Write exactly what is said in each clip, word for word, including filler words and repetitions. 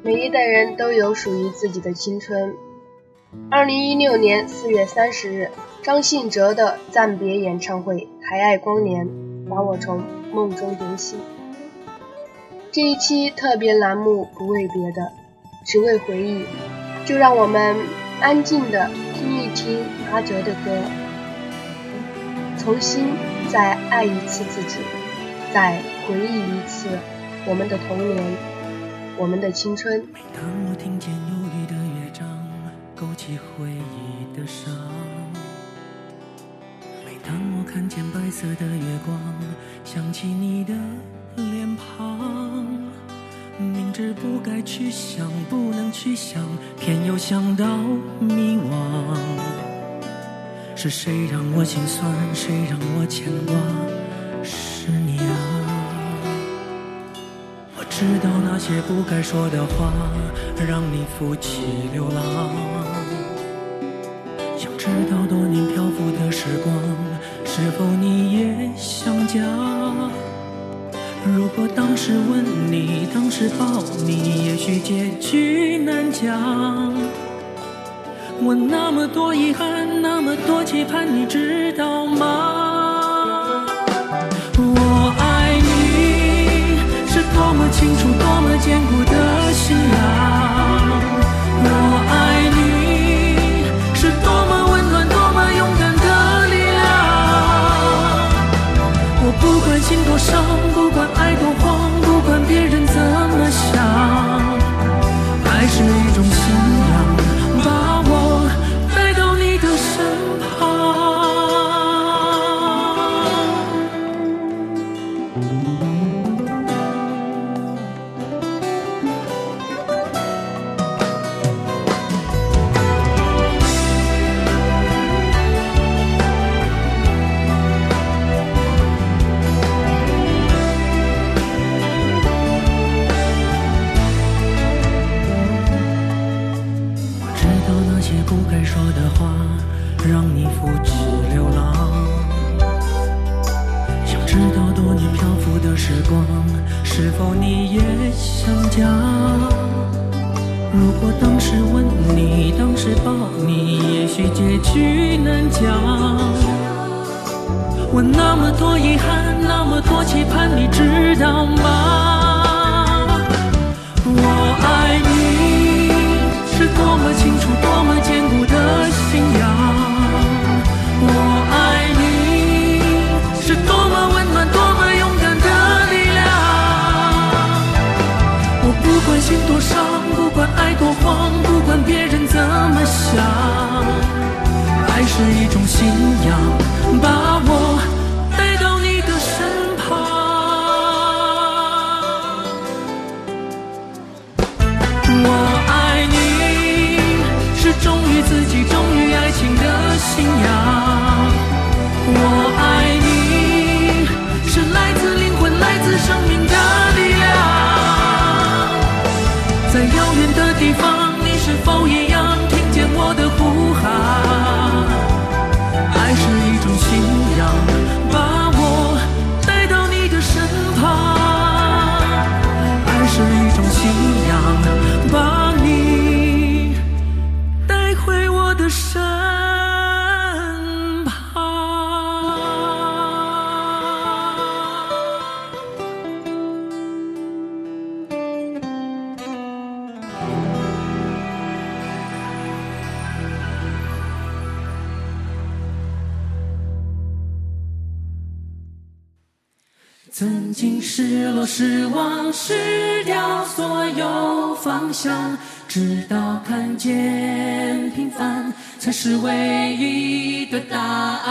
每一代人都有属于自己的青春。二零一六年四月三十日，张信哲的暂别演唱会《还爱光年》把我从梦中点醒。这一期特别栏目不为别的，只为回忆，就让我们安静地听一听阿哲的歌，重新再爱一次自己，再回忆一次我们的童年，我们的青春。 每当我听见忧郁的乐章，勾起回忆的伤，每当我看见白色的月光，想起你的脸庞，明知不该去想，不能去想，偏又想到迷惘。是谁让我心酸，谁让我牵挂，是你啊。我知道那些不该说的话，让你负起流浪。想知道多年漂浮的时光，是否你也想家？如果当时吻你，当时抱你，也许结局难讲。我那么多遗憾，那么多期盼，你知道吗？我爱你，是多么清楚，多么坚固的信仰。我爱你，是多么温暖，多么勇敢的力量。我不管心多伤，不管爱多慌，不管别人怎么想，爱是一种信仰，把我带到你的身旁。不该说的话，让你负起流浪。想知道多年漂浮的时光，是否你也想家？如果当时吻你，当时抱你，也许结局难讲。我那么多遗憾，那么多期盼，你知道吗？我爱你，是多么清楚，多么坚固的信仰。我爱你，是多么温暖，多么勇敢的力量。我不管心多伤，不管爱多慌，不管别人怎么想，爱是一种信仰，把我带到你的身旁。我爱你，是忠于自己，忠于爱情的信仰。我爱你，是来自灵魂，来自生命的力量。在遥远的地方，你是否一样听见我的呼喊？爱是一种信仰，把我带到你的身旁。爱是一种信仰，把你带回我的身旁。曾经失落失望，失掉所有方向，直到看见平凡才是唯一的答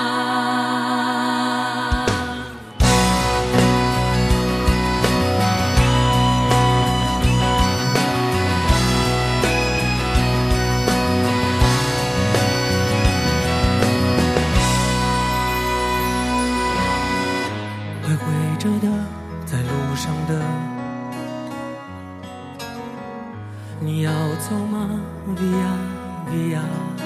案。徘徊着的，在路上的，你要走吗 ？Via Via，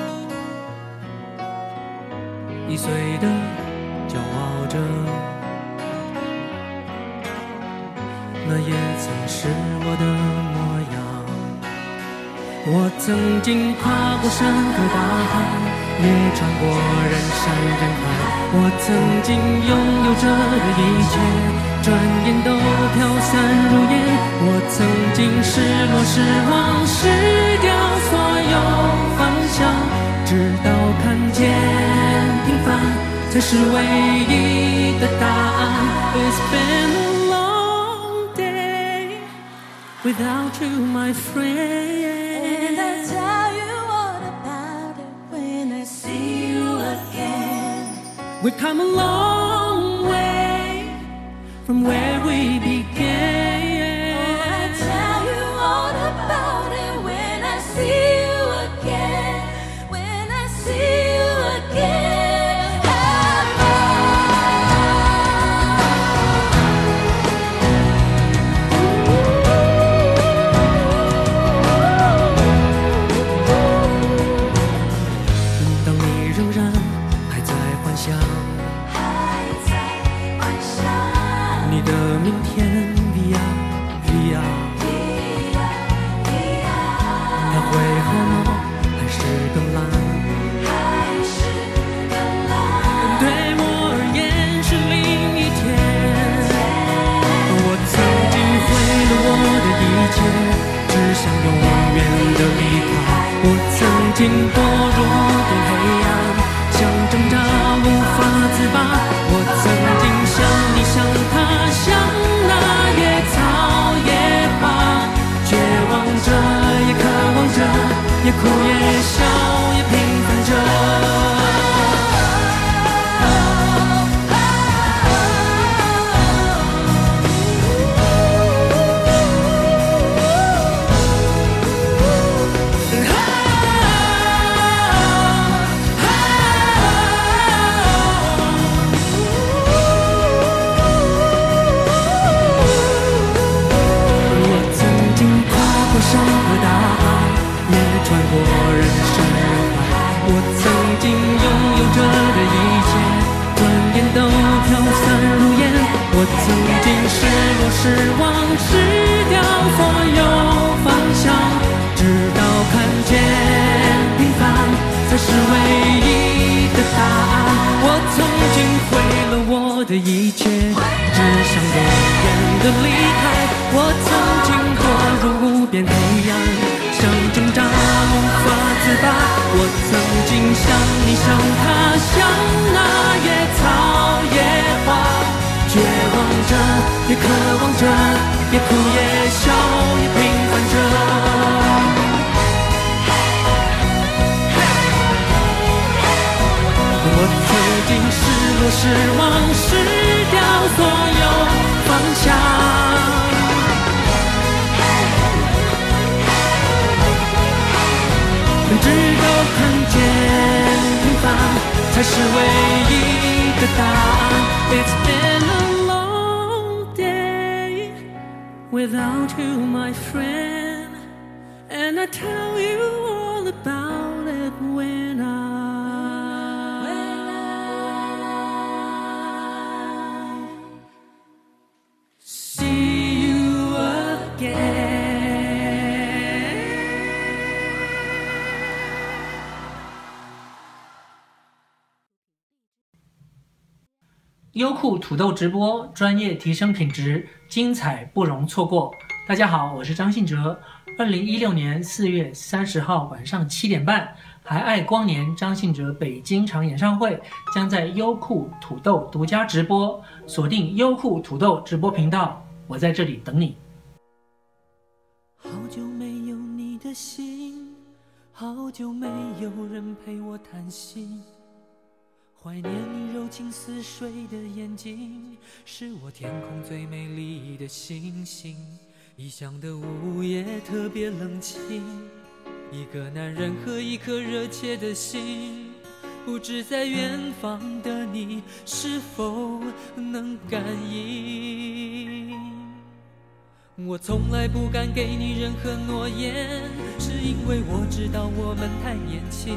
易碎的，骄傲着，那也曾是我的模样。 我曾经跨过山和大海，也穿过人山人海。我曾经拥有着的一切，转眼都飘散如烟。我曾经失落失望失掉所有方向，直到看见平凡才是唯一的答案。 It's been a long day without you, my friend. And I tell you all about it when I see you again. We've come a long way from where we began. Oh, I tell you all about it when I see you again. When I see you again. 经堕入的黑暗，想挣扎无法自拔。我曾经像你像他像那野草野花，绝望着也渴望着，也哭也笑也平凡着。我曾经失落失望失掉所有方向，直到看见平凡才是唯一的答案。我曾经毁了我的一切，只想永远的离开。我曾经堕入无边黑暗，想挣扎无法自拔。我曾经像你像他像那野草野花，绝望着，也渴望着，也哭也笑，也平凡着。我曾经失落、失望，失掉所有方向，直到看见平凡才是唯一的答案。It's been without you, my friend, and I tell you all about it when I, when I see you again. 优酷土豆直播，专业提升品质，精彩不容错过。大家好，我是张信哲。二零一六年四月三十号晚上七点半，还爱光年张信哲北京场演唱会将在优酷土豆独家直播，锁定优酷土豆直播频道，我在这里等你。 好久没有你的心，好久没有人陪我谈心。怀念你柔情似水的眼睛，是我天空最美丽的星星。异乡的午夜特别冷清，一个男人和一颗热切的心，不知在远方的你是否能感应。我从来不敢给你任何诺言，是因为我知道我们太年轻。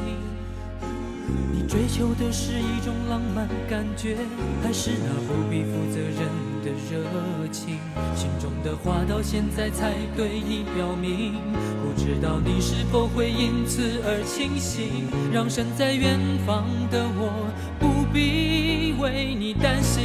你追求的是一种浪漫感觉，还是那不必负责任的热情，心中的话到现在才对你表明，不知道你是否会因此而清醒，让身在远方的我不必为你担心。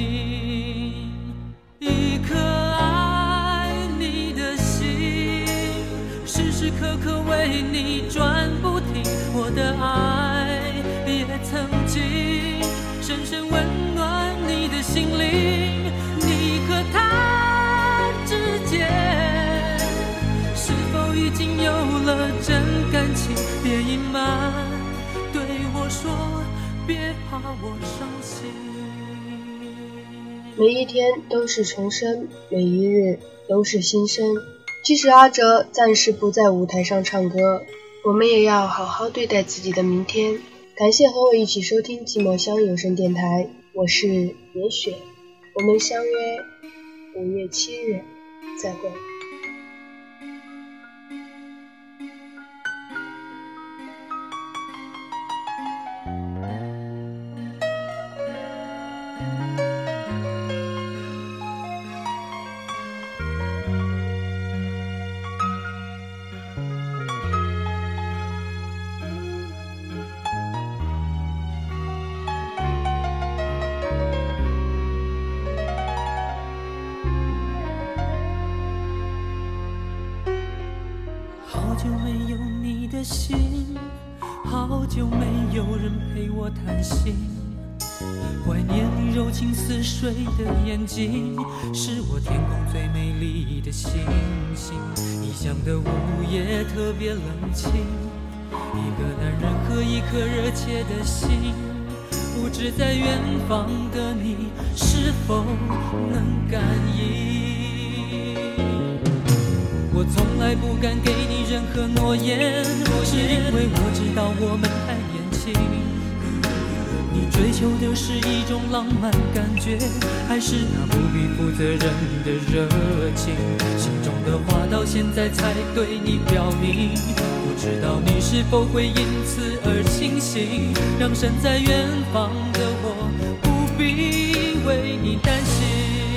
一颗爱你的心，时时刻刻为你转不停，我的爱也曾经深深温暖你的心灵。你和他之间是否已经有了真感情？别隐瞒，对我说，别怕我伤心。 每一天都是重生，每一日都是新生。即使阿哲暂时不在舞台上唱歌，我们也要好好对待自己的明天。感谢和我一起收听寂寞乡有声电台，我是严雪，我们相约五月七日，再会。 好久没有你的心，好久没有人陪我谈心，怀念你柔情似水的眼睛，是我天空最美丽的星星。异乡的午夜特别冷清，一个男人和一颗热切的心，不知在远方的你是否能感应。我从来不敢给你任何诺言，是因为我知道我们太年轻。你追求的是一种浪漫感觉，还是那不必负责任的热情？心中的话到现在才对你表明，不知道你是否会因此而清醒，让身在远方的我不必为你担心。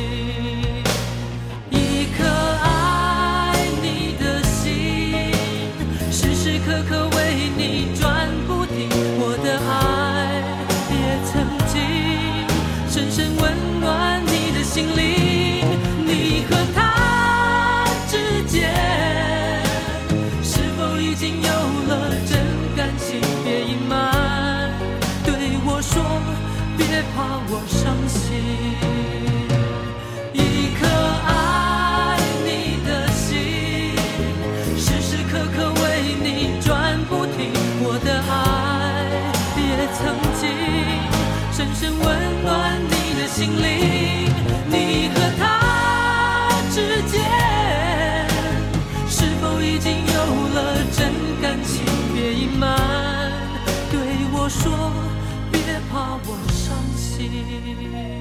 一颗爱你的心，时时刻刻为你转不停，我的爱也曾经深深温暖你的心灵。你和他之间是否已经有了真感情？别隐瞒，对我说，别怕我伤心。一颗爱你的心，时时刻刻为你转不停，我的爱也曾经深深温暖你的心灵。你和他之间是否已经有了真感情？别隐瞒，对我说，别怕我伤心。